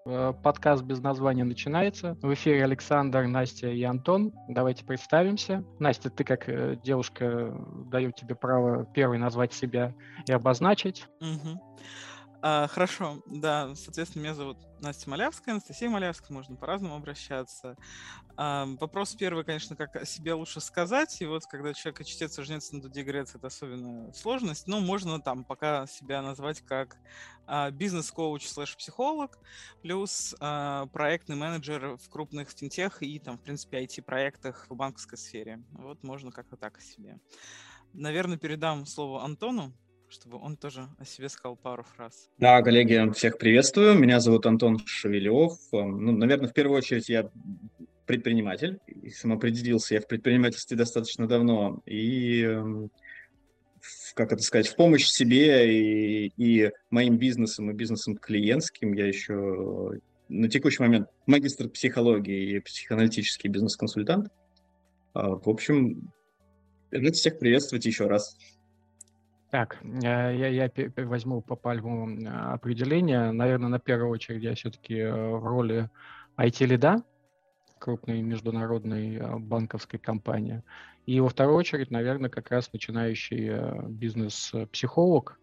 Подкаст без названия начинается. В эфире Александр, Настя и Антон. Давайте представимся. Настя, ты как девушка, даю тебе право первой назвать себя и обозначить. Мгм. Хорошо, да, соответственно, меня зовут Настя Малявская, Анастасия Малявская, можно по-разному обращаться. Вопрос первый, конечно, как о себе лучше сказать, и вот когда человек и чтец, и жнец на дуде грец, это особенная сложность, но можно там пока себя назвать как бизнес-коуч /психолог, плюс проектный менеджер в крупных финтех и там, в принципе, IT-проектах в банковской сфере. Вот можно как-то так о себе. Наверное, передам слово Антону, чтобы он тоже о себе сказал пару фраз. Да, коллеги, всех приветствую. Меня зовут Антон Шевелев. Наверное, в первую очередь я предприниматель. И самоопределился я в предпринимательстве достаточно давно. И, как это сказать, в помощь себе и моим бизнесам, и бизнесам клиентским я еще на текущий момент магистр психологии и психоаналитический бизнес-консультант. В общем, рад всех приветствовать еще раз. Так, я возьму по пальму определения. Наверное, на первую очередь я все-таки в роли IT-лида крупной международной банковской компании. И во вторую очередь, наверное, как раз начинающий бизнес-психолог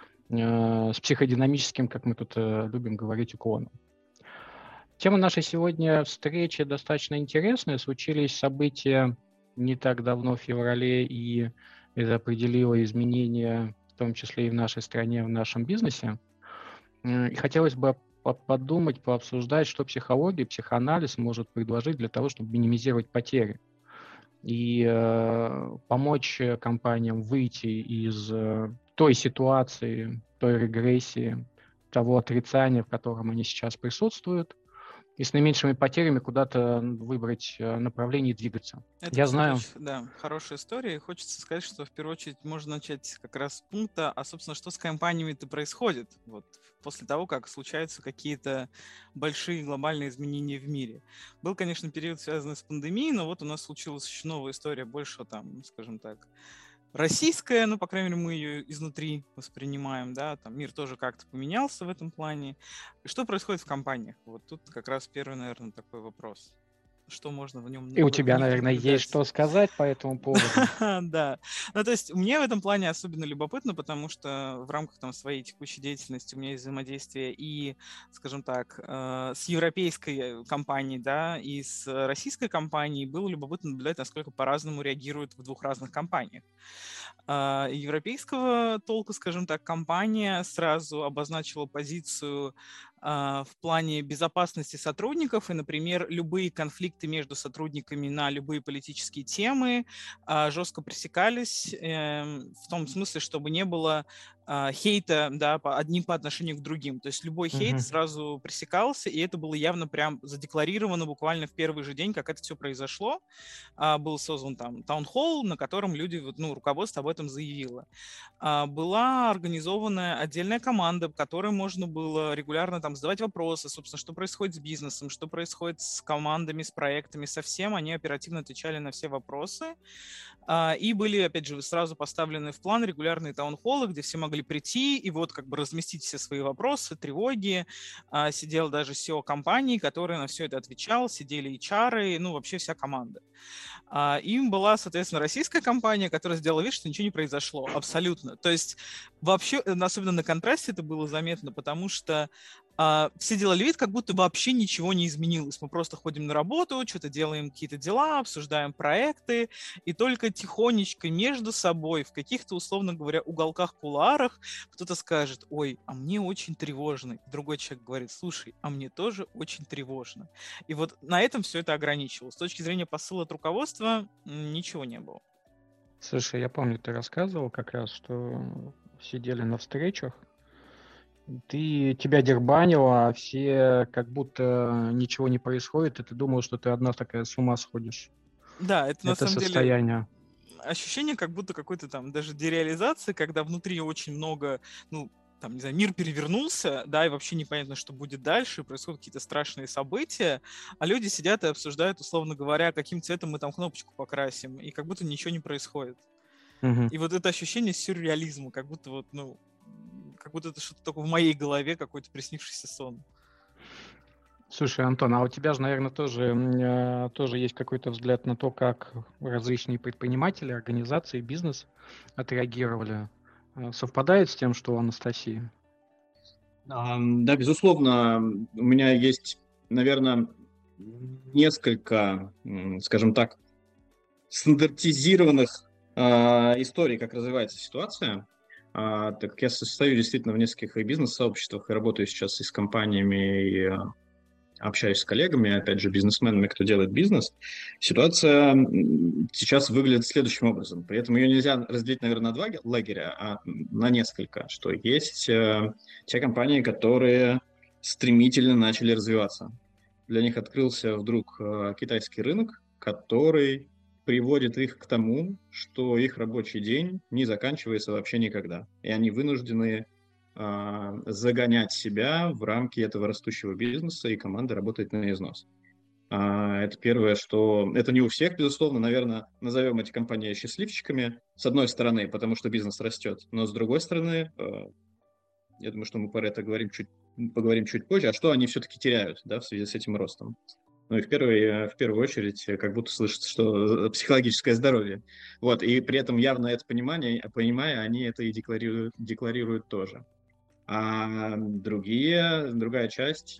с психодинамическим, как мы тут любим говорить, уклоном. Тема нашей сегодня встречи достаточно интересная. Случились события не так давно, в феврале, и это определило изменения, в том числе и в нашей стране, в нашем бизнесе. И хотелось бы подумать, пообсуждать, что психология, психоанализ может предложить для того, чтобы минимизировать потери и помочь компаниям выйти из той ситуации, той регрессии, того отрицания, в котором они сейчас присутствуют, и с наименьшими потерями куда-то выбрать направление и двигаться. Это, Я кстати, знаю. очень, хорошая история. И хочется сказать, что в первую очередь можно начать как раз с пункта, собственно, что с компаниями-то происходит вот после того, как случаются какие-то большие глобальные изменения в мире. Был, конечно, период, связанный с пандемией, но вот у нас случилась еще новая история, больше там, скажем так, российская, ну, по крайней мере, мы ее изнутри воспринимаем, да, там мир тоже как-то поменялся в этом плане. И что происходит в компаниях? Вот тут как раз первый, наверное, такой вопрос. Что можно в нем И у тебя, в них наверное, есть наблюдать? что сказать по этому поводу. Да. Ну, то есть мне в этом плане особенно любопытно, потому что в рамках там своей текущей деятельности у меня есть взаимодействие и, скажем так, с европейской компанией, да, и с российской компанией. Было любопытно наблюдать, насколько по-разному реагируют в двух разных компаниях. Европейского толка, скажем так, компания сразу обозначила позицию в плане безопасности сотрудников, и, например, любые конфликты между сотрудниками на любые политические темы жестко пресекались, в том смысле, чтобы не было хейта, да, одним по отношению к другим. То есть любой хейт сразу пресекался, и это было явно прям задекларировано буквально в первый же день, как это все произошло. Был создан там таунхолл, на котором люди, ну, руководство об этом заявило. Была организована отдельная команда, в которой можно было регулярно там задавать вопросы, собственно, что происходит с бизнесом, что происходит с командами, с проектами, со всем. Они оперативно отвечали на все вопросы. И были, опять же, сразу поставлены в план регулярные таунхоллы, где все могли прийти и вот как бы разместить все свои вопросы, тревоги. Сидел даже SEO компании, который на все это отвечал, сидели HR, ну, вообще вся команда. Им была, соответственно, российская компания, которая сделала вид, что ничего не произошло. Абсолютно. То есть вообще, особенно на контрасте это было заметно, потому что все делали вид, как будто вообще ничего не изменилось. Мы просто ходим на работу, что-то делаем какие-то дела, обсуждаем проекты, и только тихонечко между собой, в каких-то, условно говоря, уголках, кулуарах, кто-то скажет: ой, а мне очень тревожно. И другой человек говорит: слушай, а мне тоже очень тревожно. И вот на этом все это ограничивалось. С точки зрения посыла от руководства ничего не было. Слушай, я помню, ты рассказывал как раз, что сидели на встречах, тебя дербанило, а все как будто ничего не происходит, и ты думал, что ты одна такая с ума сходишь. Да, это на самом состояние. Ощущение как будто какой-то там даже дереализации, когда внутри очень много, ну, там, не знаю, мир перевернулся, да, и вообще непонятно, что будет дальше, происходят какие-то страшные события, а люди сидят и обсуждают, условно говоря, каким цветом мы там кнопочку покрасим, и как будто ничего не происходит. И вот это ощущение сюрреализма, как будто вот, ну, как будто это что-то только в моей голове, какой-то приснившийся сон. Слушай, Антон, а у тебя же, наверное, тоже есть какой-то взгляд на то, как различные предприниматели, организации, бизнес отреагировали. Совпадает с тем, что у Анастасии? Да, безусловно, у меня есть, наверное, несколько, скажем так, стандартизированных историй, как развивается ситуация. Так как я состою действительно в нескольких и бизнес-сообществах и работаю сейчас и с компаниями, и общаюсь с коллегами, опять же, бизнесменами, кто делает бизнес, ситуация сейчас выглядит следующим образом. При этом ее нельзя разделить, наверное, на два лагеря, а на несколько. Что есть те компании, которые стремительно начали развиваться. Для них открылся вдруг китайский рынок, который приводит их к тому, что их рабочий день не заканчивается вообще никогда. И они вынуждены загонять себя в рамки этого растущего бизнеса, и команда работает на износ. Это первое, что... Это не у всех, безусловно, наверное, назовем эти компании счастливчиками, с одной стороны, потому что бизнес растет, но с другой стороны, я думаю, что мы про это поговорим чуть позже, а что они все-таки теряют, да, в связи с этим ростом. Ну и в первую очередь, как будто слышится, что психологическое здоровье. Вот, и при этом явно это понимая, они это и декларируют тоже. А другая часть,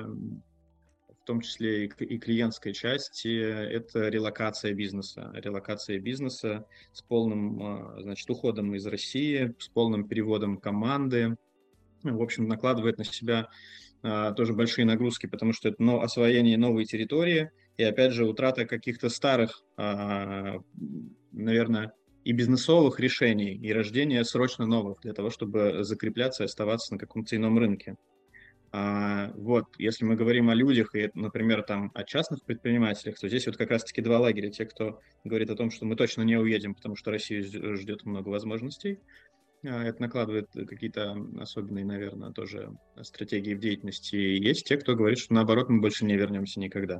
в том числе и клиентской части, это релокация бизнеса. Релокация бизнеса с полным, значит, уходом из России, с полным переводом команды. В общем, накладывает на себя тоже большие нагрузки, потому что это освоение новой территории и, опять же, утрата каких-то старых, наверное, и бизнесовых решений, и рождение срочно новых для того, чтобы закрепляться и оставаться на каком-то ином рынке. Вот, если мы говорим о людях и, например, там, о частных предпринимателях, то здесь вот как раз-таки два лагеря. Те, кто говорит о том, что мы точно не уедем, потому что Россию ждет много возможностей. Это накладывает какие-то особенные, наверное, тоже стратегии в деятельности. Есть те, кто говорит, что наоборот, мы больше не вернемся никогда.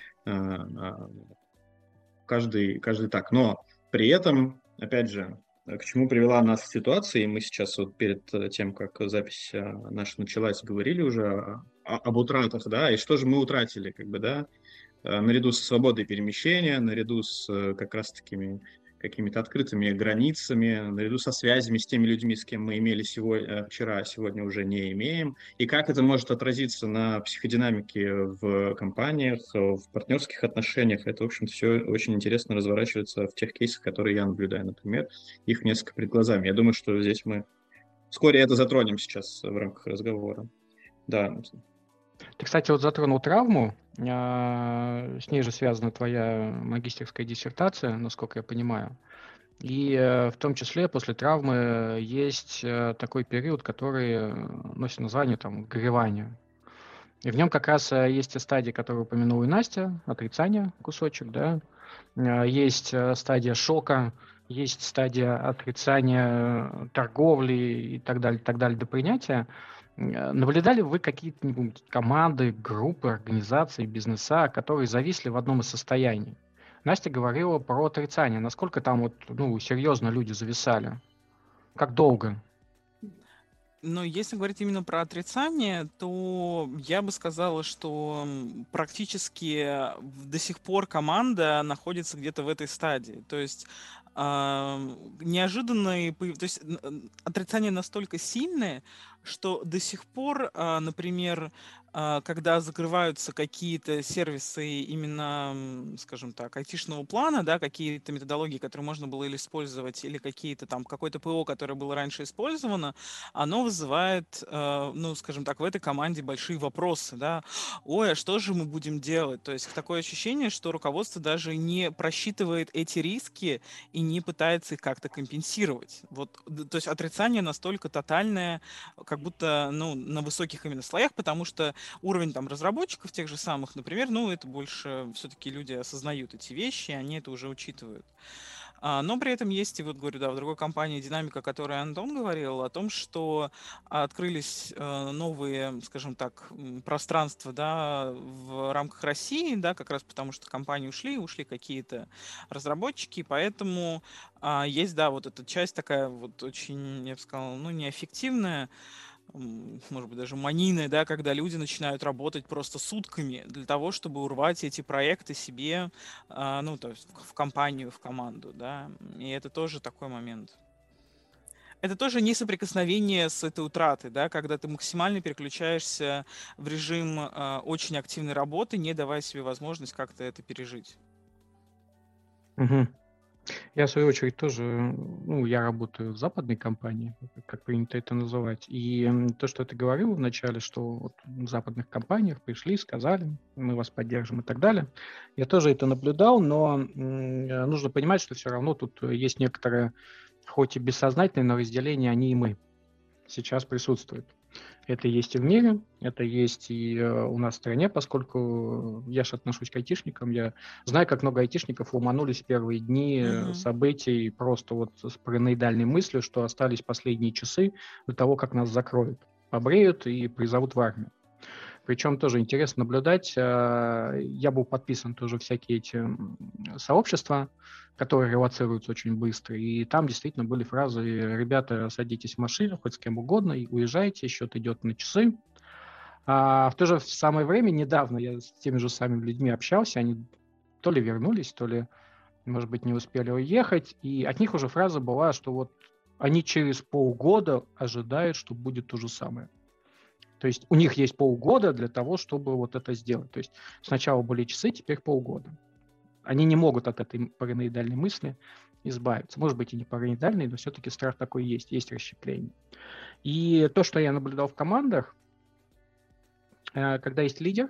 Каждый так. Но при этом, опять же, к чему привела нас ситуация, и мы сейчас вот перед тем, как запись наша началась, говорили уже об утратах, да, и что же мы утратили, как бы, да, наряду со свободой перемещения, наряду с как раз такими какими-то открытыми границами, наряду со связями с теми людьми, с кем мы имели вчера, а сегодня уже не имеем, и как это может отразиться на психодинамике в компаниях, в партнерских отношениях. Это, в общем, все очень интересно разворачивается в тех кейсах, которые я наблюдаю, например, их несколько перед глазами. Я думаю, что здесь мы вскоре это затронем сейчас в рамках разговора. Да. Ты, кстати, вот затронул травму. С ней же связана твоя магистерская диссертация, насколько я понимаю. И в том числе после травмы есть такой период, который носит название там горевание. И в нем как раз есть те стадии, которые упомянула и Настя, отрицание, кусочек, да. Есть стадия шока, есть стадия отрицания торговли и так далее до принятия. Наблюдали вы какие-нибудь команды, группы, организации, бизнеса, которые зависли в одном из состояний? Настя говорила про отрицание. Насколько там вот, серьезно люди зависали? Как долго? Но если говорить именно про отрицание, то я бы сказала, что практически до сих пор команда находится где-то в этой стадии. То есть неожиданные, то есть отрицание настолько сильное, что до сих пор, например, когда закрываются какие-то сервисы именно, скажем так, айтишного плана, да, какие-то методологии, которые можно было или использовать, или какие-то там, какое-то ПО, которое было раньше использовано, оно вызывает, скажем так, в этой команде большие вопросы, да. Ой, а что же мы будем делать? То есть такое ощущение, что руководство даже не просчитывает эти риски и не пытается их как-то компенсировать. Вот, то есть отрицание настолько тотальное, как будто, на высоких именно слоях, потому что уровень там разработчиков тех же самых, например, это больше все-таки люди осознают эти вещи, они это уже учитывают. Но при этом есть, и вот говорю, да, в другой компании динамика, о которой Антон говорил, о том, что открылись новые, скажем так, пространства, да, в рамках России, да, как раз потому что компании ушли какие-то разработчики, поэтому есть, да, вот эта часть такая вот очень, я бы сказал, неэффективная, может быть, даже маниной, да, когда люди начинают работать просто сутками для того, чтобы урвать эти проекты себе, ну, то есть в компанию, в команду, да, и это тоже такой момент. Это тоже не соприкосновение с этой утратой, да, когда ты максимально переключаешься в режим очень активной работы, не давая себе возможность как-то это пережить. Мгм. Я, в свою очередь, тоже, ну, я работаю в западной компании, как принято это называть. И то, что ты говорил вначале, что вот в западных компаниях пришли, сказали, мы вас поддержим и так далее. Я тоже это наблюдал, но нужно понимать, что все равно тут есть некоторое, хоть и бессознательное, но разделение они и мы сейчас присутствует. Это есть и в мире, это есть и у нас в стране, поскольку я же отношусь к айтишникам, я знаю, как много айтишников ломанулись в первые дни событий просто вот с параноидальной мыслью, что остались последние часы до того, как нас закроют, побреют и призовут в армию. Причем тоже интересно наблюдать. Я был подписан тоже всякие эти сообщества, которые релоцируются очень быстро. И там действительно были фразы: ребята, садитесь в машину, хоть с кем угодно, и уезжайте, счет идет на часы. А в то же самое время недавно я с теми же самыми людьми общался, они то ли вернулись, то ли, может быть, не успели уехать, и от них уже фраза была, что вот они через полгода ожидают, что будет то же самое. То есть у них есть полгода для того, чтобы вот это сделать. То есть сначала были часы, теперь полгода. Они не могут от этой параноидальной мысли избавиться. Может быть, и не параноидальной, но все-таки страх такой есть расщепление. И то, что я наблюдал в командах, когда есть лидер,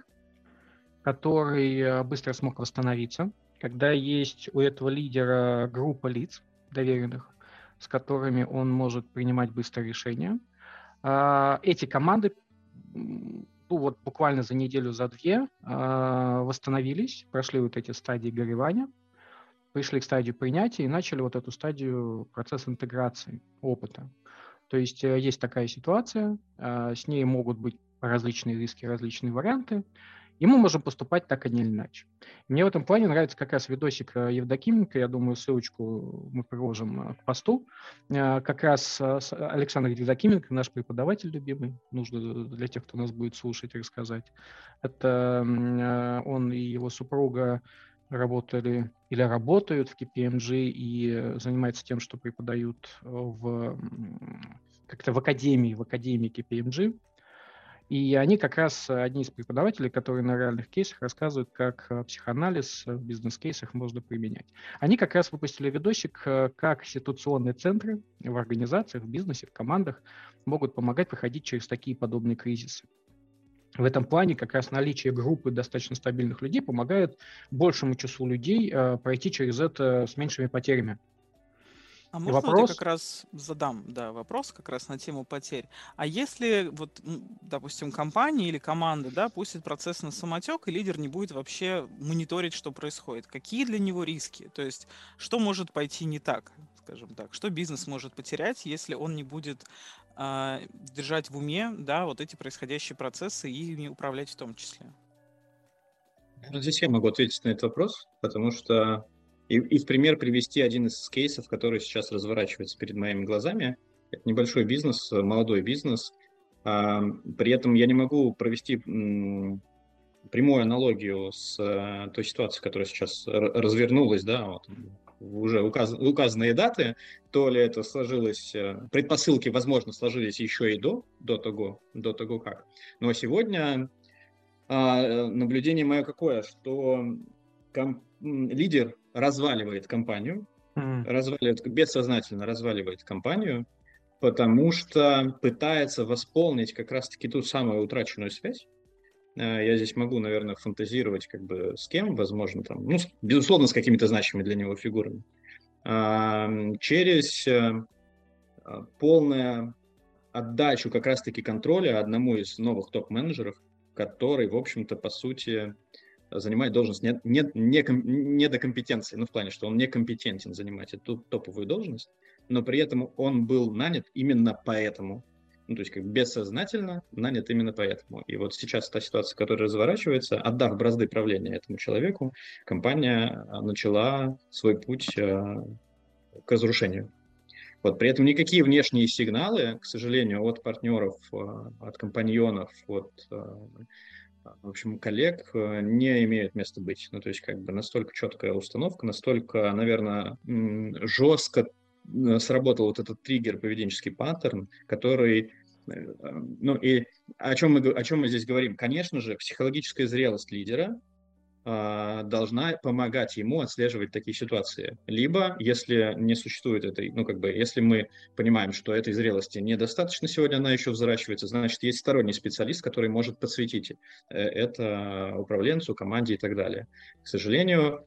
который быстро смог восстановиться, когда есть у этого лидера группа лиц доверенных, с которыми он может принимать быстрые решения, эти команды ну, вот буквально за неделю, за две восстановились, прошли вот эти стадии горевания, пришли к стадии принятия и начали вот эту стадию, процесс интеграции опыта. То есть есть такая ситуация, с ней могут быть различные риски, различные варианты, и мы можем поступать так, а не иначе. Мне в этом плане нравится как раз видосик Евдокименко, я думаю, ссылочку мы приложим к посту. Как раз Александр Евдокименко, наш преподаватель любимый, нужно для тех, кто нас будет слушать, рассказать. Это он и его супруга работали или работают в KPMG и занимаются тем, что преподают как-то в академии KPMG. И они как раз одни из преподавателей, которые на реальных кейсах рассказывают, как психоанализ в бизнес-кейсах можно применять. Они как раз выпустили видосик, как ситуационные центры в организациях, в бизнесе, в командах могут помогать проходить через такие подобные кризисы. В этом плане как раз наличие группы достаточно стабильных людей помогает большему числу людей пройти через это с меньшими потерями. А можно вот я как раз задам, да, вопрос как раз на тему потерь. А если вот, допустим, компания или команда, да, пустит процесс на самотек, и лидер не будет вообще мониторить, что происходит, какие для него риски? То есть, что может пойти не так, скажем так? Что бизнес может потерять, если он не будет держать в уме, да, вот эти происходящие процессы и ими управлять в том числе? Здесь я могу ответить на этот вопрос, потому что и в пример привести один из кейсов, который сейчас разворачивается перед моими глазами. Это небольшой бизнес, молодой бизнес. При этом я не могу провести прямую аналогию с той ситуацией, которая сейчас развернулась, да, вот, уже указанные даты, то ли это сложилось, предпосылки, возможно, сложились еще и до того как. Но сегодня наблюдение мое какое, что лидер разваливает компанию, бессознательно разваливает компанию, потому что пытается восполнить как раз-таки ту самую утраченную связь. Я здесь могу, наверное, фантазировать как бы с кем, возможно, там, ну, безусловно, с какими-то значимыми для него фигурами, через полную отдачу как раз-таки контроля одному из новых топ-менеджеров, который, в общем-то, по сути, занимает должность недокомпетенции, ну, в плане, что он некомпетентен занимать эту топовую должность, но при этом он был нанят именно поэтому, ну, то есть как бессознательно нанят именно поэтому. И вот сейчас та ситуация, которая разворачивается, отдав бразды правления этому человеку, компания начала свой путь к разрушению. Вот, при этом никакие внешние сигналы, к сожалению, от партнеров, от компаньонов, от, в общем, коллег не имеют места быть. Ну, то есть как бы настолько четкая установка, настолько, наверное, жестко сработал вот этот триггер, поведенческий паттерн, который, ну и о чем мы здесь говорим? Конечно же, психологическая зрелость лидера должна помогать ему отслеживать такие ситуации. Либо, если не существует этой, ну, как бы, если мы понимаем, что этой зрелости недостаточно сегодня, она еще взращивается, значит, есть сторонний специалист, который может подсветить это управленцу, команде и так далее. К сожалению,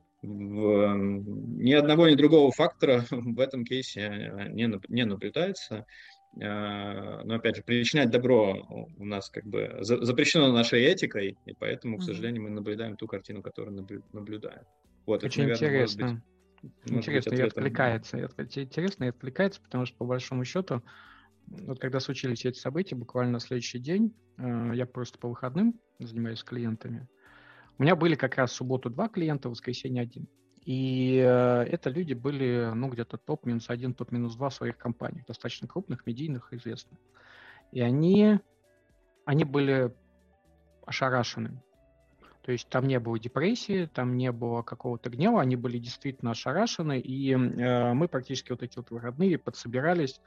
ни одного, ни другого фактора в этом кейсе не наблюдается. Но, опять же, причинять добро у нас как бы запрещено нашей этикой, и поэтому, к сожалению, мы наблюдаем ту картину, которую наблюдаем. Вот, это, Очень наверное, может быть интересно и ответом. откликается. Интересно и откликается, потому что, по большому счету, вот когда случились эти события, буквально на следующий день, я просто по выходным занимаюсь с клиентами. У меня были как раз в субботу 2 клиента, в воскресенье 1. И это люди были, ну, где-то топ-1, топ-2 в своих компаниях, достаточно крупных, медийных, известных. И они были ошарашены. То есть там не было депрессии, там не было какого-то гнева, они были действительно ошарашены, и мы практически вот эти вот выходные подсобирались,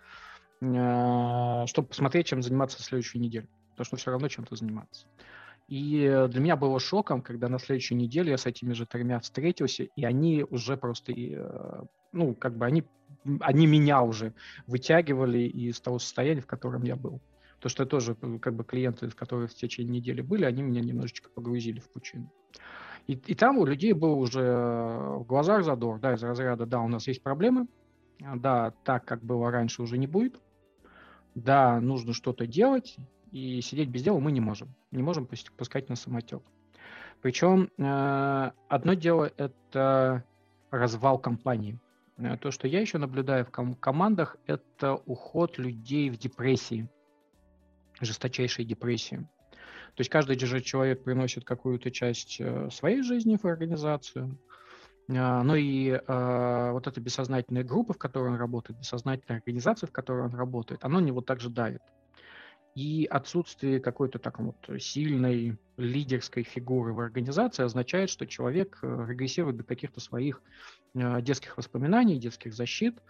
чтобы посмотреть, чем заниматься в следующую неделю, потому что все равно чем-то заниматься. И для меня было шоком, когда на следующей неделе я с этими же 3 встретился, и они уже просто, ну, как бы они меня уже вытягивали из того состояния, в котором я был. То, что тоже, как бы, клиенты, которые в течение недели были, они меня немножечко погрузили в пучину. И там у людей был уже в глазах задор, да, из разряда, да, у нас есть проблемы, да, так, как было раньше, уже не будет, да, нужно что-то делать, и сидеть без дела мы не можем. Не можем пускать на самотек. Причем одно дело – это развал компании. То, что я еще наблюдаю в командах, это уход людей в депрессии, жесточайшей депрессии. То есть каждый же человек приносит какую-то часть своей жизни в организацию, ну и вот эта бессознательная группа, в которой он работает, бессознательная организация, в которой он работает, она на него также давит. И отсутствие какой-то так вот сильной лидерской фигуры в организации означает, что человек регрессирует до каких-то своих детских воспоминаний, детских защит,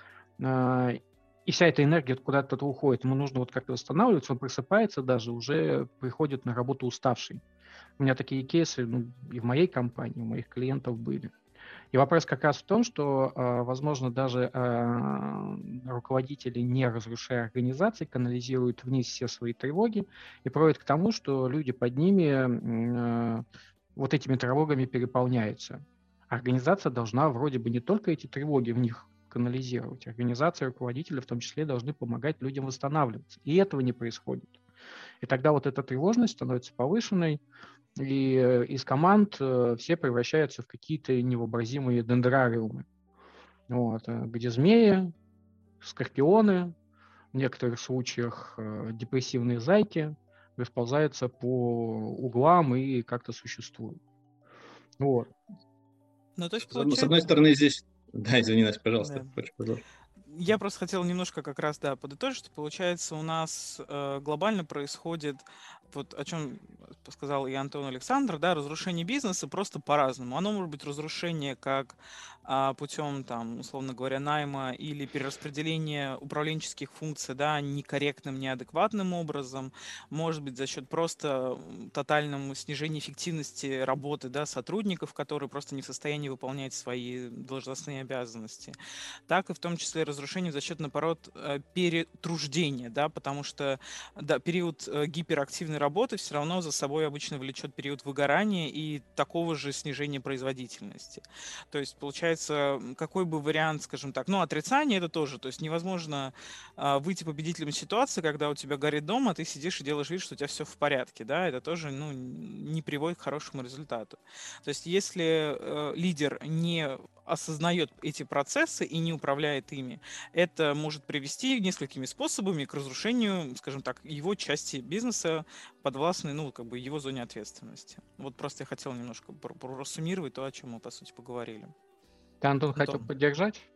и вся эта энергия куда-то уходит. Ему нужно вот как-то восстанавливаться, он просыпается даже, уже приходит на работу уставший. У меня такие кейсы, ну, и в моей компании, у моих клиентов были. И вопрос как раз в том, что, возможно, даже руководители, не разрушая организации, канализируют вниз все свои тревоги и приводят к тому, что люди под ними вот этими тревогами переполняются. Организация должна вроде бы не только эти тревоги в них канализировать. Организация, руководители в том числе должны помогать людям восстанавливаться. И этого не происходит. И тогда вот эта тревожность становится повышенной, и из команд все превращаются в какие-то невообразимые дендрариумы, вот, где змеи, скорпионы, в некоторых случаях депрессивные зайки расползаются по углам и как-то существуют. Вот. Ну, то есть, С одной стороны, здесь... Да, извини, Настя, пожалуйста. Да. Я просто хотел немножко как раз, да, подытожить, что получается у нас глобально происходит, вот о чем сказал и Антон, и Александр, да, разрушение бизнеса просто по-разному. Оно может быть разрушение как путем, там, условно говоря, найма или перераспределения управленческих функций, да, некорректным, неадекватным образом, может быть за счет просто тотального снижения эффективности работы, да, сотрудников, которые просто не в состоянии выполнять свои должностные обязанности, так и в том числе разрушение за счет, наоборот, перетруждения, да, потому что, да, период гиперактивной работы все равно за собой обычно влечет период выгорания и такого же снижения производительности. То есть, получается, какой бы вариант, скажем так, ну, отрицание это тоже, то есть невозможно выйти победителем ситуации, когда у тебя горит дом, а ты сидишь и делаешь вид, что у тебя все в порядке, да, это тоже, ну, не приводит к хорошему результату. То есть, если лидер не осознает эти процессы и не управляет ими, это может привести несколькими способами к разрушению, скажем так, его части бизнеса, подвластной, ну, как бы его зоне ответственности. Вот просто я хотел немножко просуммировать то, о чем мы, по сути, поговорили. Ты, Антон, хотел поддержать?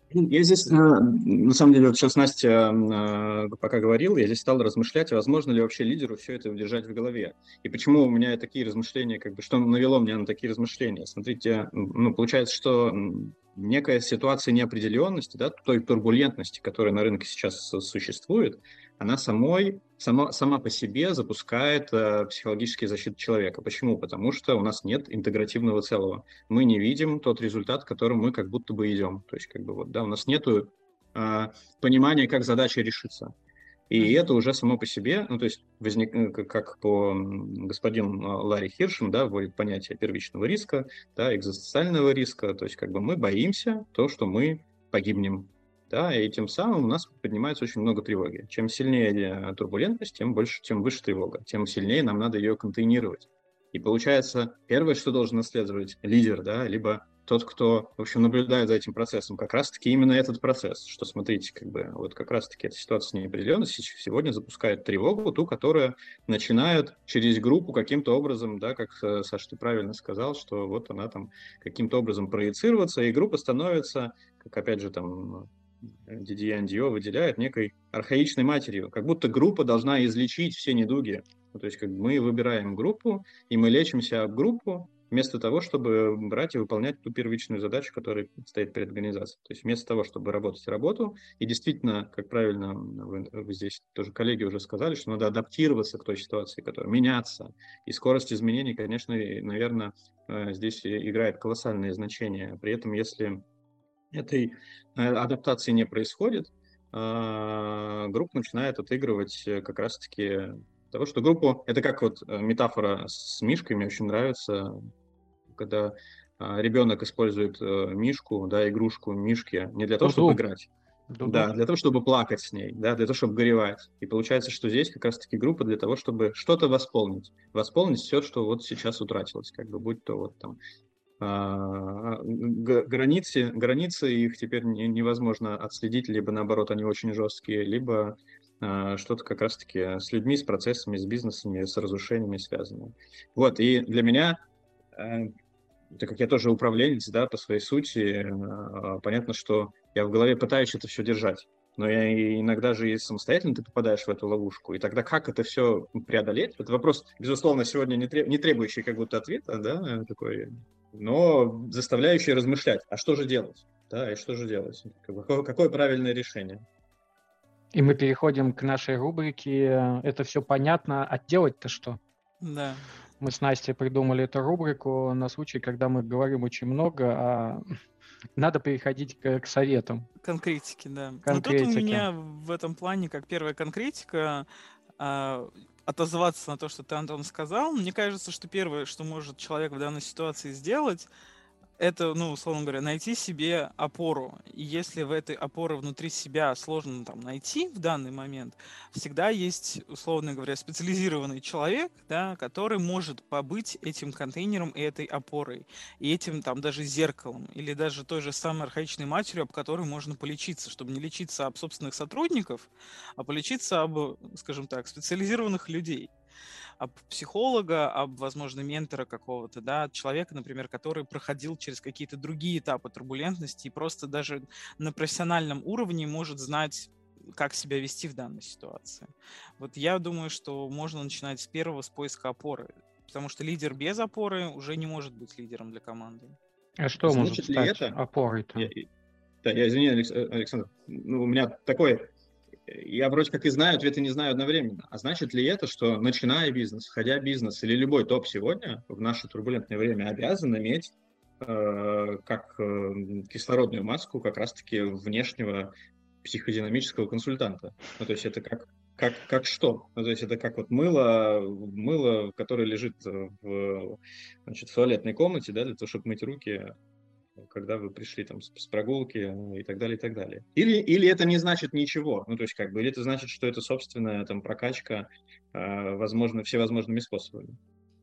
Я здесь, на самом деле, вот сейчас Настя пока говорил, я здесь стал размышлять, возможно ли вообще лидеру все это удержать в голове. И почему у меня такие размышления, как бы, что навело меня на такие размышления. Смотрите, ну, получается, что некая ситуация неопределенности, да, той турбулентности, которая на рынке сейчас существует, она сама по себе запускает психологические защиты человека. Почему? Потому что у нас нет интегративного целого. Мы не видим тот результат, к которому мы как будто бы идем. То есть, как бы вот, да, у нас нету понимания, как задача решится. И это уже само по себе, ну, то есть, как по господину Ларри Хиршем, да, вводит понятие первичного риска, да, экзистенциального риска, то есть, как бы мы боимся то, что мы погибнем, да, и тем самым у нас поднимается очень много тревоги. Чем сильнее турбулентность, тем выше тревога, тем сильнее нам надо ее контейнировать. И получается, первое, что должен наследовать лидер, да, либо тот, кто, в общем, наблюдает за этим процессом, как раз-таки именно этот процесс, что, смотрите, как бы, вот как раз-таки эта ситуация неопределенности сегодня запускает тревогу, ту, которая начинает через группу каким-то образом, да, как, Саша, ты правильно сказал, что вот она там каким-то образом проецироваться, и группа становится, как, опять же, там, Дидье Андио выделяет, некой архаичной матерью, как будто группа должна излечить все недуги. Ну, то есть как бы мы выбираем группу, и мы лечимся об группу, вместо того, чтобы брать и выполнять ту первичную задачу, которая стоит перед организацией. То есть вместо того, чтобы работать работу, и действительно, как правильно вы здесь тоже коллеги уже сказали, что надо адаптироваться к той ситуации, которая меняться. И скорость изменений, конечно, наверное, здесь играет колоссальное значение. При этом, если этой адаптации не происходит, группа начинает отыгрывать как раз-таки того, что группу... Это как вот метафора с мишкой, мне очень нравится, когда ребенок использует мишку, да, игрушку мишки не для того, чтобы Дуду. играть, Дуду. да, для того, чтобы плакать с ней, да, для того, чтобы горевать. И получается, что здесь как раз-таки группа для того, чтобы что-то восполнить все, что вот сейчас утратилось, как бы, будь то вот там границы их теперь невозможно отследить, либо наоборот они очень жесткие, либо что-то как раз-таки с людьми, с процессами, с бизнесами, с разрушениями связано. Вот, и для меня, так как я тоже управленец, да, по своей сути, понятно, что я в голове пытаюсь это все держать. Но я иногда же и самостоятельно ты попадаешь в эту ловушку. И тогда как это все преодолеть? Это вопрос, безусловно, сегодня не требующий как будто ответа, да, такой, но заставляющий размышлять, а что же делать? Да, и что же делать? Какое правильное решение? И мы переходим к нашей рубрике «Это все понятно, а делать-то что?». Да. Мы с Настей придумали эту рубрику на случай, когда мы говорим очень много, а надо переходить к советам. Конкретики, да. Но тут у Конкретики. меня в этом плане, как первая конкретика, отозваться на то, что ты, Антон, сказал. Мне кажется, что первое, что может человек в данной ситуации сделать, это, ну, условно говоря, найти себе опору. И если в этой опоры внутри себя сложно там найти в данный момент, всегда есть, условно говоря, специализированный человек, да, который может побыть этим контейнером и этой опорой, и этим там даже зеркалом, или даже той же самой архаичной матерью, об которой можно полечиться, чтобы не лечиться об собственных сотрудников, а полечиться об, скажем так, специализированных людей, об психолога, об, возможно, ментора какого-то, да, человека, например, который проходил через какие-то другие этапы турбулентности и просто даже на профессиональном уровне может знать, как себя вести в данной ситуации. Вот я думаю, что можно начинать с первого, с поиска опоры, потому что лидер без опоры уже не может быть лидером для команды. А что может Значит ли стать это... опорой-то? Я извини, Александр, ну, у меня такой... Я вроде как и знаю, ответ и не знаю одновременно. А значит ли это, что начиная бизнес, входя в бизнес или любой топ сегодня в наше турбулентное время обязан иметь как кислородную маску как раз-таки внешнего психодинамического консультанта? Ну, то есть это как что? Ну, то есть это как вот мыло, которое лежит значит, в туалетной комнате, да, для того, чтобы мыть руки, когда вы пришли там с прогулки и так далее, и так далее. Или это не значит ничего, ну, то есть как бы, или это значит, что это собственная там прокачка, возможно, всевозможными способами.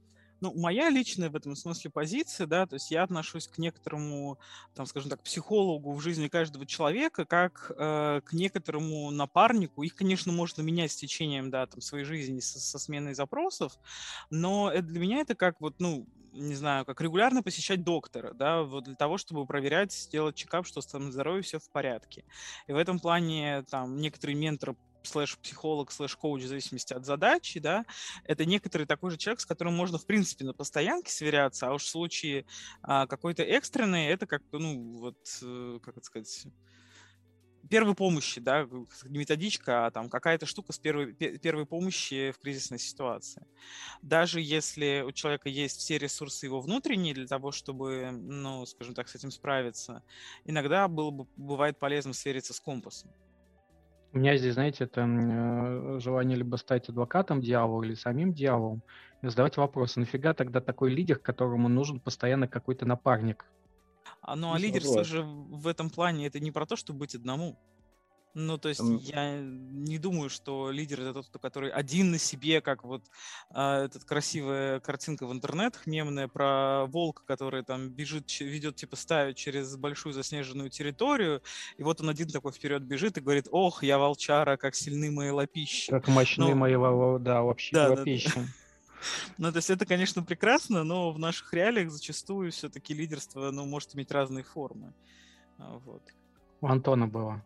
Ну, моя личная в этом смысле позиция, да, то есть я отношусь к некоторому, там, скажем так, психологу в жизни каждого человека, как к некоторому напарнику. Их, конечно, можно менять с течением, да, там, своей жизни со сменой запросов, но для меня это как вот, ну, не знаю, как регулярно посещать доктора, да, вот для того, чтобы проверять, сделать чекап, что с твоим здоровьем все в порядке. И в этом плане, там, некоторые менторы слэш-психолог, слэш-коуч в зависимости от задачи, да, это некоторый такой же человек, с которым можно, в принципе, на постоянке сверяться, а уж в случае какой-то экстренной, это как-то, ну, вот, как это сказать, первой помощи, да, не методичка, а там какая-то штука с первой помощи в кризисной ситуации. Даже если у человека есть все ресурсы его внутренние для того, чтобы, ну, скажем так, с этим справиться, иногда бывает полезно свериться с компасом. У меня здесь, знаете, это желание либо стать адвокатом дьявола или самим дьяволом, и задавать вопрос, нафига тогда такой лидер, которому нужен постоянно какой-то напарник? Ну, а Отличный лидерство вопрос. же в этом плане это не про то, чтобы быть одному. Ну, то есть я не думаю, что лидер это тот, который один на себе, как вот эта красивая картинка в интернетах мемная про волка, который там бежит, ведет типа стаю через большую заснеженную территорию, и вот он один такой вперед бежит и говорит: ох, я волчара, как сильны мои лапищи. Как мощны Ну, мои, да, вообще да. лапищи. Ну, то есть это, конечно, прекрасно, но в наших реалиях зачастую все-таки лидерство, ну, может иметь разные формы. Вот. У Антона было.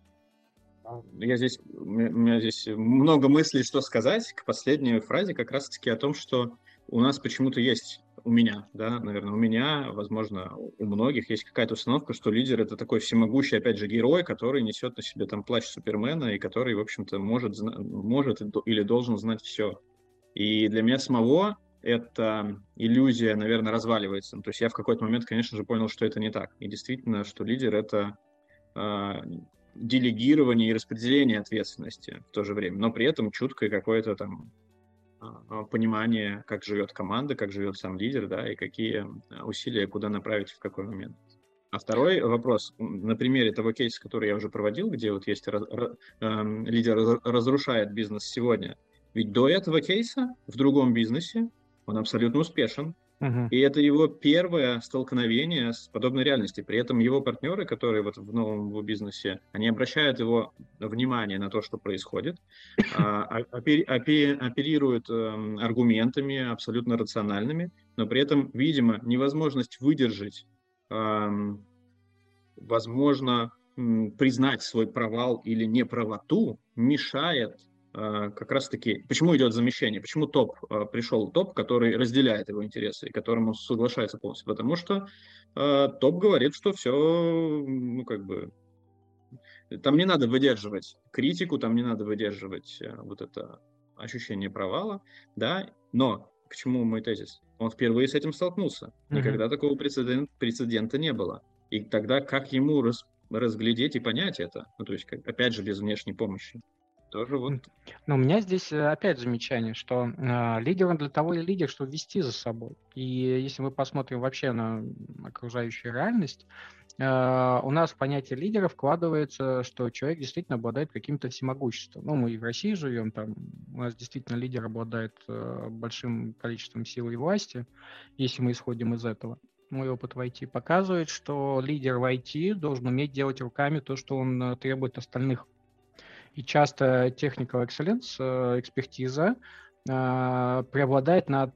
У меня здесь много мыслей, что сказать к последней фразе, как раз-таки о том, что у нас почему-то есть, у меня, да, наверное, у меня, возможно, у многих есть какая-то установка, что лидер — это такой всемогущий, опять же, герой, который несет на себе там плащ Супермена и который, в общем-то, может или должен знать все. И для меня самого эта иллюзия, наверное, разваливается. То есть я в какой-то момент, конечно же, понял, что это не так. И действительно, что лидер — это делегирование и распределение ответственности в то же время, но при этом чуткое какое-то там понимание, как живет команда, как живет сам лидер, да, и какие усилия куда направить в какой момент. А второй вопрос, на примере того кейса, который я уже проводил, где вот есть лидер разрушает бизнес сегодня, ведь до этого кейса в другом бизнесе он абсолютно успешен. И это его первое столкновение с подобной реальностью. При этом его партнеры, которые вот в новом его бизнесе, они обращают его внимание на то, что происходит, оперируют аргументами абсолютно рациональными, но при этом, видимо, невозможность выдержать, возможно, признать свой провал или неправоту мешает как раз-таки, почему идет замещение, почему пришел топ, который разделяет его интересы и которому соглашается полностью, потому что топ говорит, что все, ну, как бы, там не надо выдерживать критику, там не надо выдерживать вот это ощущение провала, да, но к чему мой тезис? Он впервые с этим столкнулся, никогда такого прецедента не было, и тогда как ему разглядеть и понять это, ну, то есть, опять же, без внешней помощи. Тоже вот. Но у меня здесь опять замечание, что лидер он для того и лидер, чтобы вести за собой. И если мы посмотрим вообще на окружающую реальность, у нас в понятие лидера вкладывается, что человек действительно обладает каким-то всемогуществом. Ну, мы и в России живем, там у нас действительно лидер обладает большим количеством силы и власти, если мы исходим из этого. Мой опыт в IT показывает, что лидер в IT должен уметь делать руками то, что он требует остальных. И часто technical excellence, экспертиза, преобладает над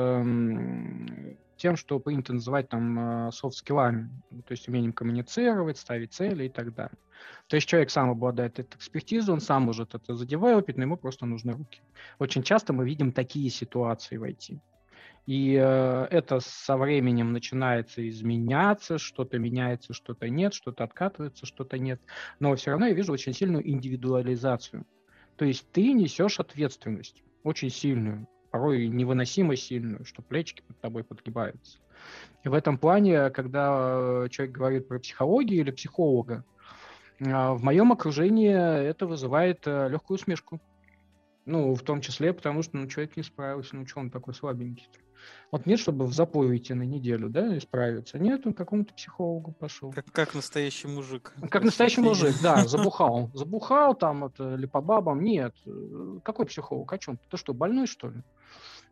тем, что принято называть там софт-скиллами, то есть умением коммуницировать, ставить цели и так далее. То есть человек сам обладает этой экспертизой, он сам может это задевелопить, но ему просто нужны руки. Очень часто мы видим такие ситуации в IT. И это со временем начинается изменяться, что-то меняется, что-то нет, что-то откатывается, что-то нет. Но все равно я вижу очень сильную индивидуализацию. То есть ты несешь ответственность, очень сильную, порой невыносимо сильную, что плечики под тобой подгибаются. И в этом плане, когда человек говорит про психологию или психолога, в моем окружении это вызывает легкую усмешку. Ну, в том числе, потому что человек не справился, что он такой слабенький-то. Вот нет, чтобы в запой идти на неделю, да, и справиться. Нет, он к какому-то психологу пошел. Как настоящий мужик. Как настоящий мужик, да, забухал. Забухал там или по бабам. Нет, какой психолог? О чем? Ты что, больной, что ли?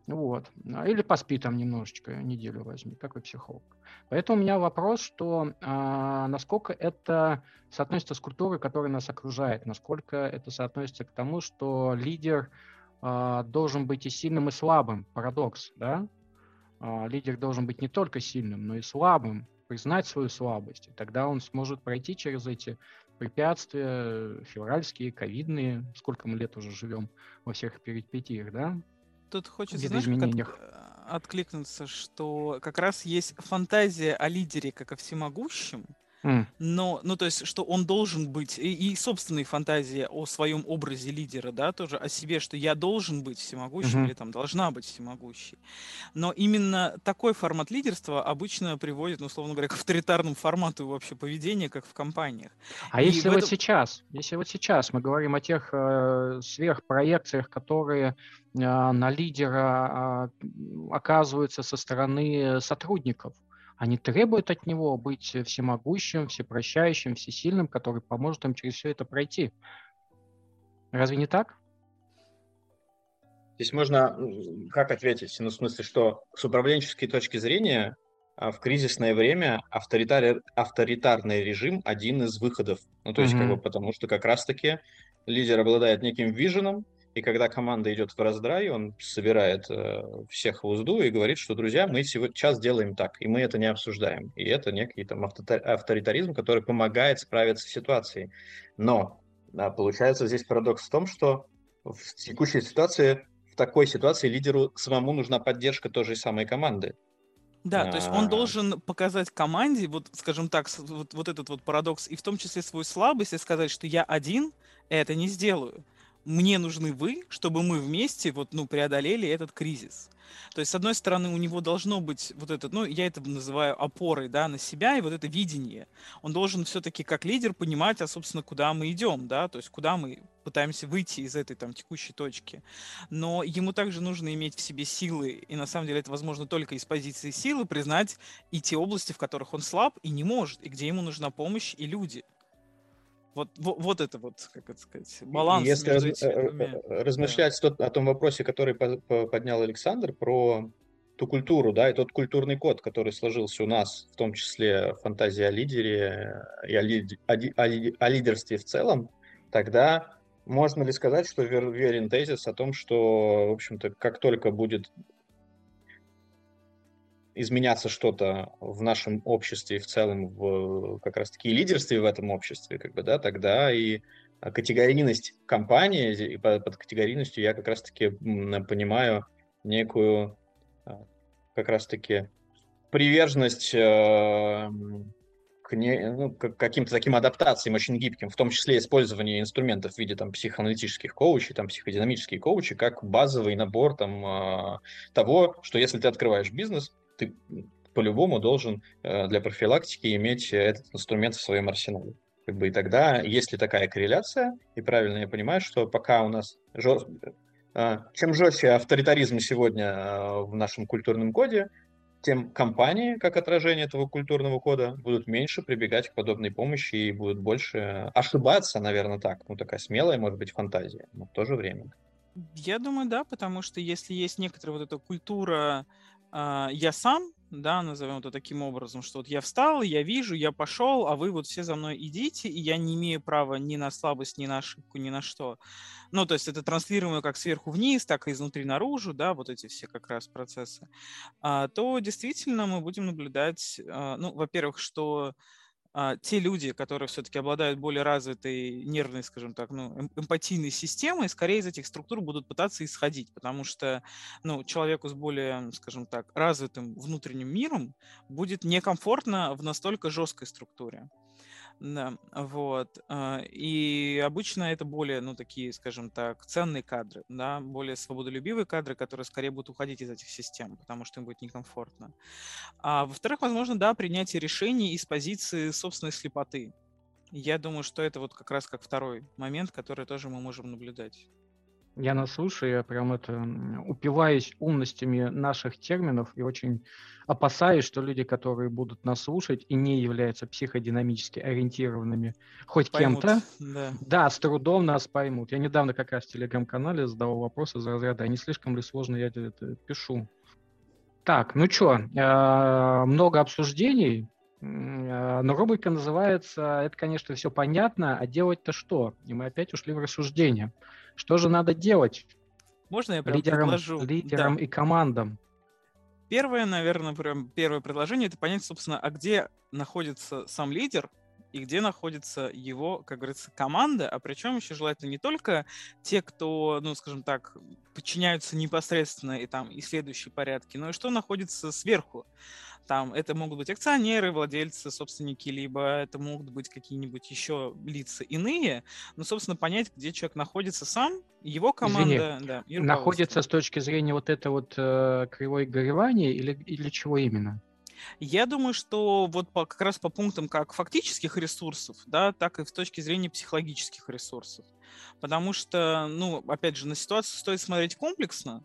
Вот. Или поспи там немножечко, неделю возьми, такой психолог. Поэтому у меня вопрос, что насколько это соотносится с культурой, которая нас окружает, насколько это соотносится к тому, что лидер должен быть и сильным, и слабым. Парадокс, да? Лидер должен быть не только сильным, но и слабым, признать свою слабость. И тогда он сможет пройти через эти препятствия февральские, ковидные, сколько мы лет уже живем во всех перипетиях, да? Тут хочется, знаешь, как Видоизменениях. откликнуться, что как раз есть фантазия о лидере как о всемогущем, М, но, ну, то есть, что он должен быть, и собственные фантазии о своем образе лидера, да, тоже о себе, что я должен быть всемогущим мгм. или там должна быть всемогущей. Но именно такой формат лидерства обычно приводит, ну, условно говоря, к авторитарному формату вообще поведения, как в компаниях. А И в этом, если вот сейчас мы говорим о тех сверхпроекциях, которые на лидера оказываются со стороны сотрудников, они требуют от него быть всемогущим, всепрощающим, всесильным, который поможет им через все это пройти. Разве не так? Здесь можно как ответить? Ну, в смысле, что с управленческой точки зрения в кризисное время авторитарный режим один из выходов. Ну, то есть, как бы, Мгм. потому что как раз-таки лидер обладает неким виженом, и когда команда идет в раздрай, он собирает всех в узду и говорит, что, друзья, мы сейчас делаем так, и мы это не обсуждаем. И это некий там авторитаризм, который помогает справиться с ситуацией. Но получается здесь парадокс в том, что в текущей ситуации в такой ситуации лидеру самому нужна поддержка той же самой команды. да, то есть он А, должен показать команде, вот, скажем так, вот этот вот парадокс, и в том числе свою слабость, и сказать, что я один это не сделаю. Мне нужны вы, чтобы мы вместе вот, ну, преодолели этот кризис. То есть, с одной стороны, у него должно быть вот это, ну, я это называю опорой, да, на себя, и вот это видение. Он должен все-таки как лидер понимать, а, собственно, куда мы идем, да, то есть, куда мы пытаемся выйти из этой там текущей точки. Но ему также нужно иметь в себе силы, и на самом деле это возможно только из позиции силы, признать и те области, в которых он слаб и не может, и где ему нужна помощь и люди. Вот это вот, как это сказать, и баланс если между этими двумя. Да. размышлять о том вопросе, который поднял Александр, про ту культуру, да, и тот культурный код, который сложился у нас, в том числе фантазия о лидере и о лидерстве в целом, тогда можно ли сказать, что верен тезис о том, что, в общем-то, как только будет изменяться что-то в нашем обществе и в целом в как раз-таки лидерстве в этом обществе, как бы, да, тогда и категорийность компании, и под категорийностью я как раз-таки понимаю некую как раз-таки приверженность к каким-то таким адаптациям очень гибким, в том числе использование инструментов в виде там психоаналитических коучей, там психодинамические коучи, как базовый набор там того, что если ты открываешь бизнес, ты по-любому должен для профилактики иметь этот инструмент в своем арсенале. Как бы, и тогда, если такая корреляция, и правильно я понимаю, что пока у нас чем жестче авторитаризм сегодня в нашем культурном коде, тем компании, как отражение этого культурного кода, будут меньше прибегать к подобной помощи и будут больше ошибаться, наверное, так. Ну, такая смелая, может быть, фантазия, но в то же время. Я думаю, да, потому что если есть некоторая вот эта культура «я сам», да, назовем это таким образом, что вот я встал, я вижу, я пошел, а вы вот все за мной идите, и я не имею права ни на слабость, ни на ошибку, ни на что. Ну, то есть это транслируемо как сверху вниз, так и изнутри наружу, да, вот эти все как раз процессы, то действительно мы будем наблюдать, ну, во-первых, что те люди, которые все-таки обладают более развитой нервной, скажем так, ну, эмпатийной системой, скорее из этих структур будут пытаться исходить, потому что, ну, человеку с более, скажем так, развитым внутренним миром будет некомфортно в настолько жесткой структуре. Да, вот. И обычно это более, ну, такие, скажем так, ценные кадры, да, более свободолюбивые кадры, которые скорее будут уходить из этих систем, потому что им будет некомфортно. А во-вторых, возможно, да, принятие решений из позиции собственной слепоты. Я думаю, что это вот как раз как второй момент, который тоже мы можем наблюдать. Я нас слушаю, я прям упиваюсь умностями наших терминов и очень опасаюсь, что люди, которые будут нас слушать и не являются психодинамически ориентированными хоть Поймут, кем-то, да. да, с трудом нас поймут. Я недавно как раз в Телеграм-канале задавал вопрос из разряда, а не слишком ли сложно я это пишу? Так, ну что, много обсуждений, но рубрика называется «Это, конечно, все понятно, а делать-то что?» И мы опять ушли в рассуждение. Что же надо делать Можно я прям лидерам предложу? Да. и командам? Первое, наверное, прям первое предложение — это понять, собственно, а где находится сам лидер и где находится его, как говорится, команда, а причем еще желательно не только те, кто, ну, скажем так, подчиняются непосредственно и там и следующие порядки, но и что находится сверху. Там это могут быть акционеры, владельцы, собственники, либо это могут быть какие-нибудь еще лица иные. Но, собственно, понять, где человек находится сам, его Извини, команда, да, и находится руководство. с точки зрения вот это вот кривой горевания или чего именно? Я думаю, что вот как раз по пунктам как фактических ресурсов, да, так и с точки зрения психологических ресурсов. Потому что, ну, опять же, на ситуацию стоит смотреть комплексно,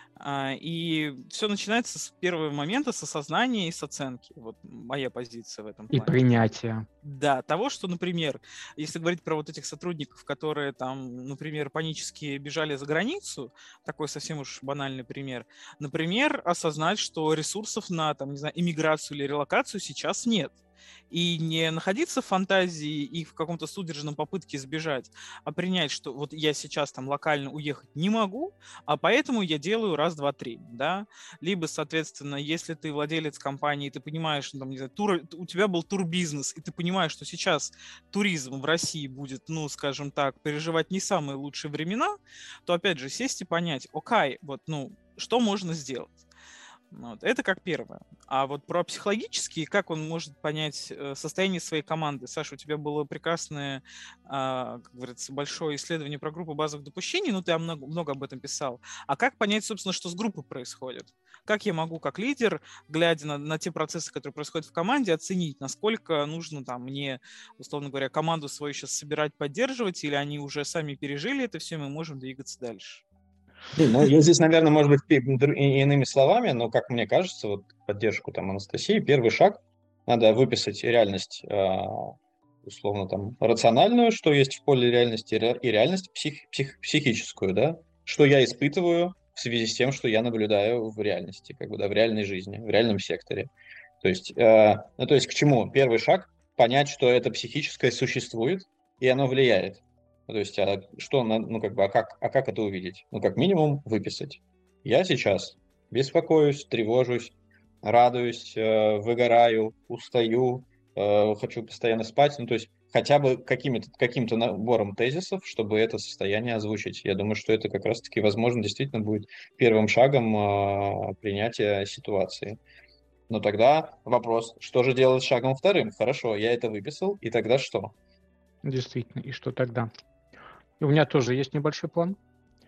и все начинается с первого момента, с осознания и с оценки. Вот моя позиция в этом И плане. принятие. Да, того, что, например, если говорить про вот этих сотрудников, которые там, например, панически бежали за границу, такой совсем уж банальный пример, например, осознать, что ресурсов на, там, не знаю, иммиграцию или релокацию сейчас нет. И не находиться в фантазии и в каком-то судорожном попытке сбежать, а принять, что вот я сейчас там локально уехать не могу, а поэтому я делаю раз, два, три, да. Либо, соответственно, если ты владелец компании, ты понимаешь, ну, там, не знаю, у тебя был турбизнес, и ты понимаешь, что сейчас туризм в России будет, ну, скажем так, переживать не самые лучшие времена, то, опять же, сесть и понять, окей, вот, ну, что можно сделать. Вот. Это как первое. А вот про психологические, как он может понять состояние своей команды? Саша, у тебя было прекрасное, как говорится, большое исследование про группу базовых допущений, ну, ты много об этом писал. А как понять, собственно, что с группой происходит? Как я могу, как лидер, глядя на те процессы, которые происходят в команде, оценить, насколько нужно там мне, условно говоря, команду свою сейчас собирать, поддерживать, или они уже сами пережили это все, и мы можем двигаться дальше? Ну, я здесь, наверное, может быть, иными словами, но, как мне кажется, вот поддержку там Анастасии, первый шаг — надо выписать реальность, условно, там, рациональную, что есть в поле реальности, и реальность психическую, да, что я испытываю в связи с тем, что я наблюдаю в реальности, как бы, да, в реальной жизни, в реальном секторе. То есть, ну, то есть к чему? Первый шаг — понять, что это психическое существует, и оно влияет. Ну, то есть, что, ну, как бы, как это увидеть? Ну, как минимум, выписать. Я сейчас беспокоюсь, тревожусь, радуюсь, выгораю, устаю, хочу постоянно спать. Ну, то есть, хотя бы каким-то набором тезисов, чтобы это состояние озвучить. Я думаю, что это как раз-таки, возможно, действительно будет первым шагом принятия ситуации. Но тогда вопрос, что же делать с шагом вторым? Хорошо, я это выписал, и тогда что? Действительно. И что тогда? И у меня тоже есть небольшой план.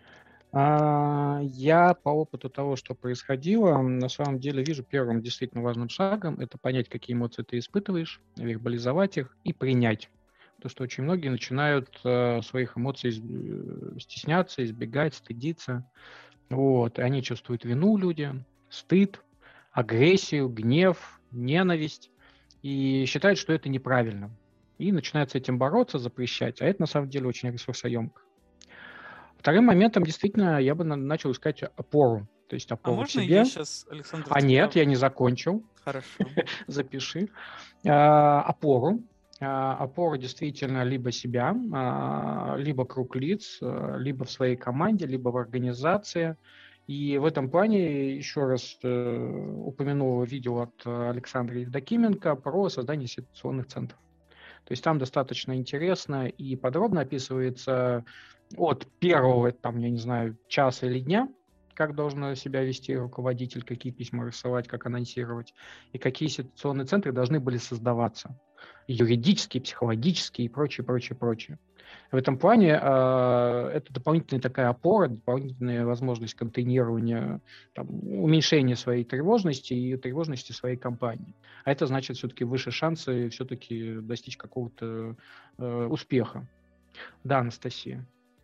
Я по опыту того, что происходило, на самом деле вижу первым действительно важным шагом — это понять, какие эмоции ты испытываешь, вербализовать их и принять. Потому что очень многие начинают своих эмоций стесняться, избегать, стыдиться. Вот. И они чувствуют вину, люди, стыд, агрессию, гнев, ненависть и считают, что это неправильно. И начинают с этим бороться, запрещать. А это на самом деле очень ресурсоемко. Вторым моментом действительно я бы начал искать опору. То есть А опору в можно я себе. сейчас, Александр, А тебя... нет, я не закончил. Хорошо. Запиши. Опору. Опору действительно либо себя, либо круг лиц, либо в своей команде, либо в организации. И в этом плане еще раз упомянул видео от Александра Евдокименко про создание ситуационных центров. То есть там достаточно интересно и подробно описывается от первого, там, я не знаю, часа или дня, как должен себя вести руководитель, какие письма рассылать, как анонсировать, и какие ситуационные центры должны были создаваться. Юридические, психологические и прочее, прочее, прочее. В этом плане это дополнительная такая опора, дополнительная возможность контейнирования, там, уменьшения своей тревожности и тревожности своей компании. А это значит все-таки выше шансы все-таки достичь какого-то успеха. Да, Анастасия.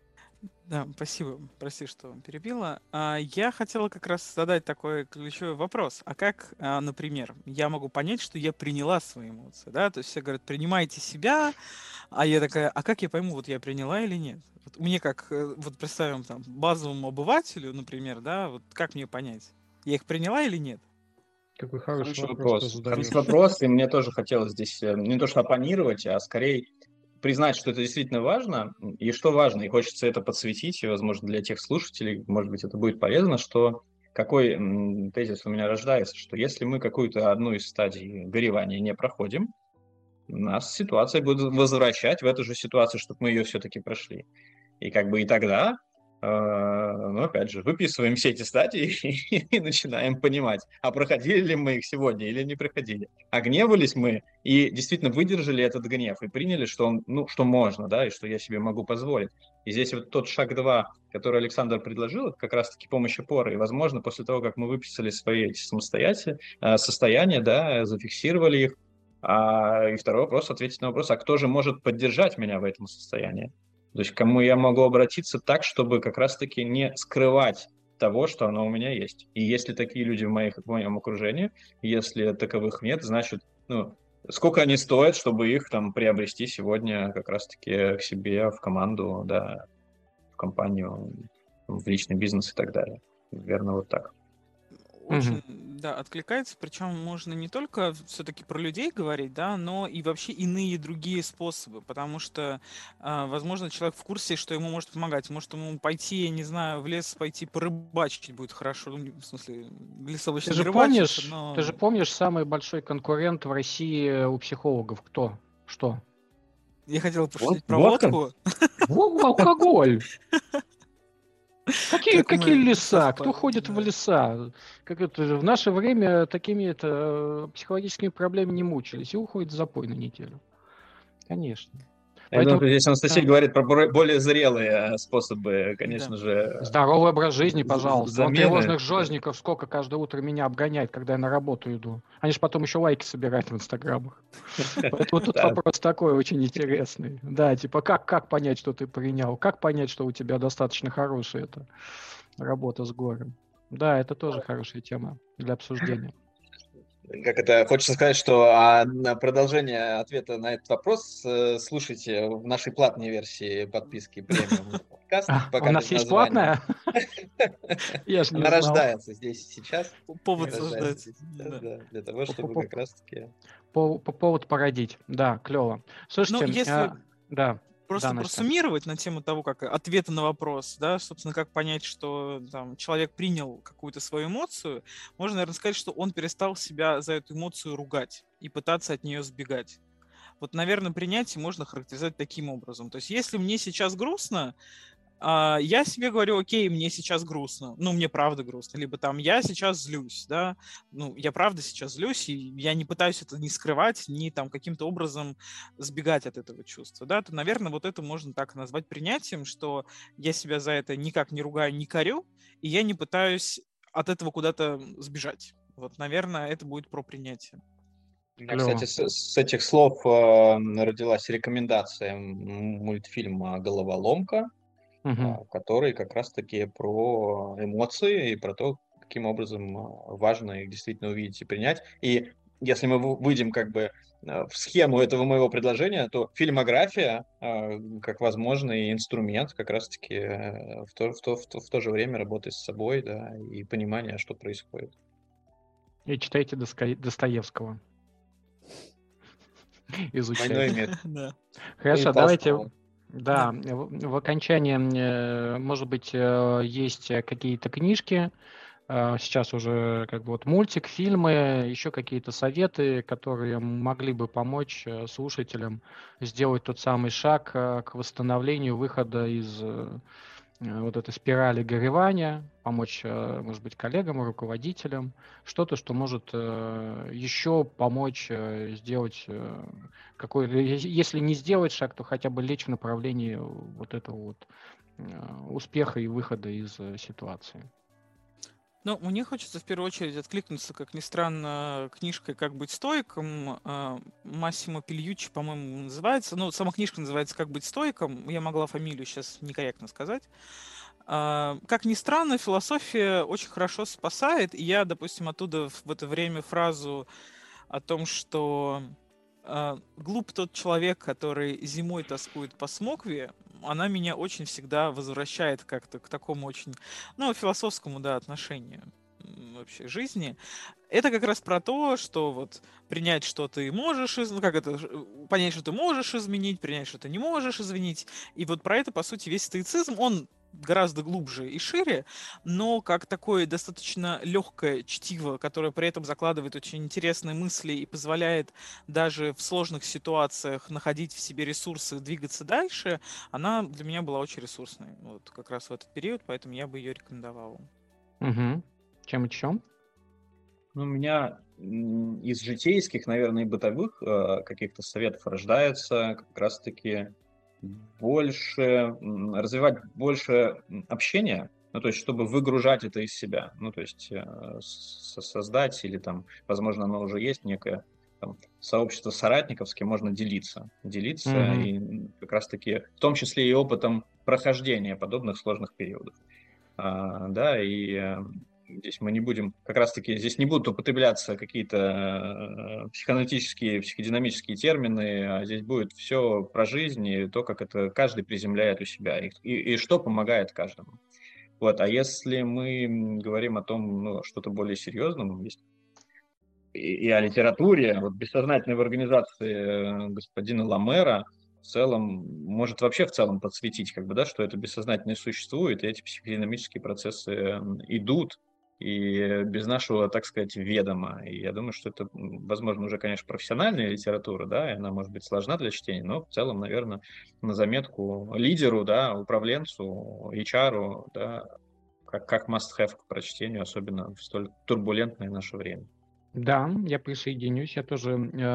Да, спасибо. Прости, что перебила. Я хотела как раз задать такой ключевой вопрос. А как, например, я могу понять, что я приняла свои эмоции, да? То есть все говорят, принимайте себя, а я такая, а как я пойму, вот я приняла или нет? Вот мне как, вот представим там базовому обывателю, например, да, вот как мне понять, я их приняла или нет? Какой хороший Хороший вопрос ты вопрос. Хороший задаешь. вопрос, и мне тоже хотелось здесь не то что оппонировать, а скорее признать, что это действительно важно, и что важно, и хочется это подсветить, и, возможно, для тех слушателей, может быть, это будет полезно, что какой тезис у меня рождается, что если мы какую-то одну из стадий горевания не проходим, нас ситуация будет возвращать в эту же ситуацию, чтобы мы ее все-таки прошли. И как бы и тогда, ну, опять же, выписываем все эти стадии и начинаем понимать, а проходили ли мы их сегодня или не проходили. А гневались мы и действительно выдержали этот гнев и приняли, что он, ну, что можно, да, и что я себе могу позволить. И здесь вот тот шаг 2, который Александр предложил, это как раз-таки помощь опоры. И, возможно, после того, как мы выписали свои эти состояния, да, зафиксировали их, и второй вопрос, ответить на вопрос, а кто же может поддержать меня в этом состоянии? То есть к кому я могу обратиться так, чтобы как раз-таки не скрывать того, что оно у меня есть. И если такие люди в моем окружении, если таковых нет, значит, ну, сколько они стоят, чтобы их там приобрести сегодня как раз-таки к себе, в команду, да, в компанию, в личный бизнес и так далее. Верно, вот так. Очень, да, откликается, причем можно не только все-таки про людей говорить, да, но и вообще иные другие способы, потому что, возможно, человек в курсе, что ему может помогать, может ему пойти, я не знаю, в лес пойти порыбачить будет хорошо, ну, в смысле, в лес обычно не рыбачат, Ты же но помнишь самый большой конкурент в России у психологов? Кто? Что? я хотел Вот, пошутить про водка? водку, Алкоголь. Какие, как какие мы леса? Кто совпали, ходит в да. леса? Как это, в наше время такими психологическими проблемами не мучились и уходят в запой на неделю. Конечно. Я думаю, Поэтому что здесь Анастасия да, говорит про более зрелые способы, Да. конечно же, здоровый образ жизни, пожалуйста. Вон замены. тревожных жожников сколько каждое утро меня обгоняет, когда я на работу иду. Они же потом еще лайки собирают в инстаграмах. Поэтому тут Да. вопрос такой очень интересный. Да, типа как понять, что ты принял? Как понять, что у тебя достаточно хорошая эта работа с горем? Да, это тоже хорошая тема для обсуждения. Как это, хочется сказать, что на продолжение ответа на этот вопрос слушайте в нашей платной версии подписки премиум подкаст, А у пока нас без есть названия. платная? Я же не Она знал. рождается здесь и сейчас. Повод Рождается создать. здесь и сейчас, Да. да, для того, чтобы как раз-таки... Повод породить. Да, клево. Ну, Слушайте, если да, просто Настя. просуммировать на тему того, как ответы на вопрос, да, собственно, как понять, что там человек принял какую-то свою эмоцию, можно, наверное, сказать, что он перестал себя за эту эмоцию ругать и пытаться от нее сбегать. Вот, наверное, принятие можно характеризовать таким образом. То есть, если мне сейчас грустно, я себе говорю, окей, мне сейчас грустно, ну, мне правда грустно, либо там я сейчас злюсь, да, ну, я правда сейчас злюсь, и я не пытаюсь это не скрывать, ни там каким-то образом сбегать от этого чувства, да, то, наверное, вот это можно так назвать принятием, что я себя за это никак не ругаю, не корю, и я не пытаюсь от этого куда-то сбежать. Вот, наверное, это будет про принятие. У меня, кстати, Клево. с этих слов родилась рекомендация мультфильма «Головоломка», который как раз-таки про эмоции и про то, каким образом важно их действительно увидеть и принять. И если мы выйдем как бы в схему этого моего предложения, то фильмография как возможный инструмент как раз-таки в то же время работы с собой, да, и понимание, что происходит. И читайте Достоевского. Двойной Изучайте. мир. Да. Хорошо, И давайте. Толстого. Да, в окончании, может быть, есть какие-то книжки, сейчас уже как бы вот мультик, фильмы, еще какие-то советы, которые могли бы помочь слушателям сделать тот самый шаг к восстановлению выхода из вот этой спирали горевания, помочь, может быть, коллегам, руководителям, что-то, что может еще помочь сделать если не сделать шаг, то хотя бы лечь в направлении вот этого вот успеха и выхода из ситуации. Ну, мне хочется в первую очередь откликнуться, как ни странно, книжкой «Как быть стоиком». Массимо Пильюччи, по-моему, называется. Ну, сама книжка называется «Как быть стоиком». Я могла фамилию сейчас некорректно сказать. Как ни странно, философия очень хорошо спасает. И я, допустим, оттуда в это время фразу о том, что глуп тот человек, который зимой тоскует по смокве, она меня очень всегда возвращает как-то к такому очень, ну, философскому, да, отношению вообще жизни. Это как раз про то, что вот принять, что ты можешь, ну как это, понять, что ты можешь изменить, принять, что ты не можешь изменить. И вот про это, по сути, весь стоицизм, он гораздо глубже и шире, но как такое достаточно легкое чтиво, которое при этом закладывает очень интересные мысли и позволяет даже в сложных ситуациях находить в себе ресурсы, двигаться дальше, она для меня была очень ресурсной. Вот как раз в этот период, поэтому я бы ее рекомендовал. Угу. Чем еще? Ну, у меня из житейских, наверное, и бытовых каких-то советов рождается как раз-таки развивать больше общения, ну, то есть, чтобы выгружать это из себя, ну, то есть, создать или там, возможно, оно уже есть некое там, сообщество соратников, с кем можно делиться Мгм. и как раз-таки, в том числе и опытом прохождения подобных сложных периодов. Да, и здесь мы не будем, как раз-таки здесь не будут употребляться какие-то психоаналитические, психодинамические термины, а здесь будет все про жизнь и то, как это каждый приземляет у себя и что помогает каждому. Вот, а если мы говорим о том, ну, что-то более серьезном, есть и о литературе, вот бессознательной в организации господина Ламера в целом, может вообще в целом подсветить, как бы, да, что это бессознательное существует, и эти психодинамические процессы идут, и без нашего, так сказать, ведома. И я думаю, что это, возможно, уже, конечно, профессиональная литература, да, и она может быть сложна для чтения, но в целом, наверное, на заметку лидеру, да, управленцу, HR, да, как must-have к прочтению, особенно в столь турбулентное наше время. Да, я присоединюсь. Я тоже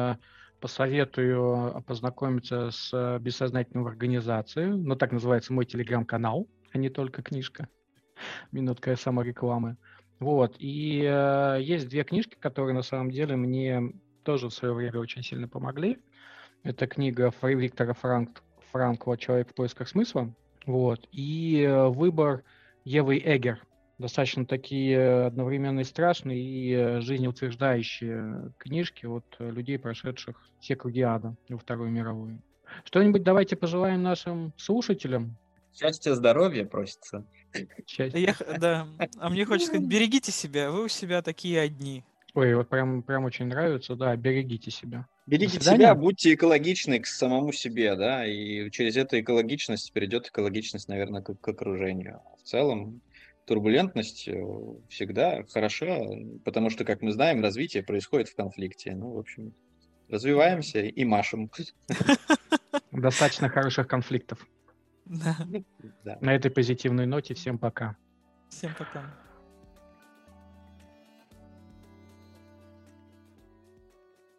посоветую познакомиться с бессознательной организацией. Ну, так называется мой телеграм-канал, а не только книжка. Минутка саморекламы. Вот. И есть две книжки, которые на самом деле мне тоже в свое время очень сильно помогли. Это книга Виктора Франкла «Человек в поисках смысла». Вот. И выбор Евы Эггер. Достаточно такие одновременно и страшные, и жизнеутверждающие книжки от людей, прошедших все круги ада во Вторую мировую. Что-нибудь давайте пожелаем нашим слушателям. Счастья, здоровья просится. Счастья. Да, а мне хочется сказать, берегите себя, вы у себя такие одни. Ой, вот прям очень нравится, да, берегите себя. До Берегите себя, свидания. будьте экологичны к самому себе, да, и через эту экологичность перейдет экологичность, наверное, к окружению. В целом, турбулентность всегда хороша, потому что, как мы знаем, развитие происходит в конфликте. Ну, в общем, развиваемся и машем. Достаточно хороших конфликтов. Да. Да. На этой позитивной ноте всем пока. Всем пока.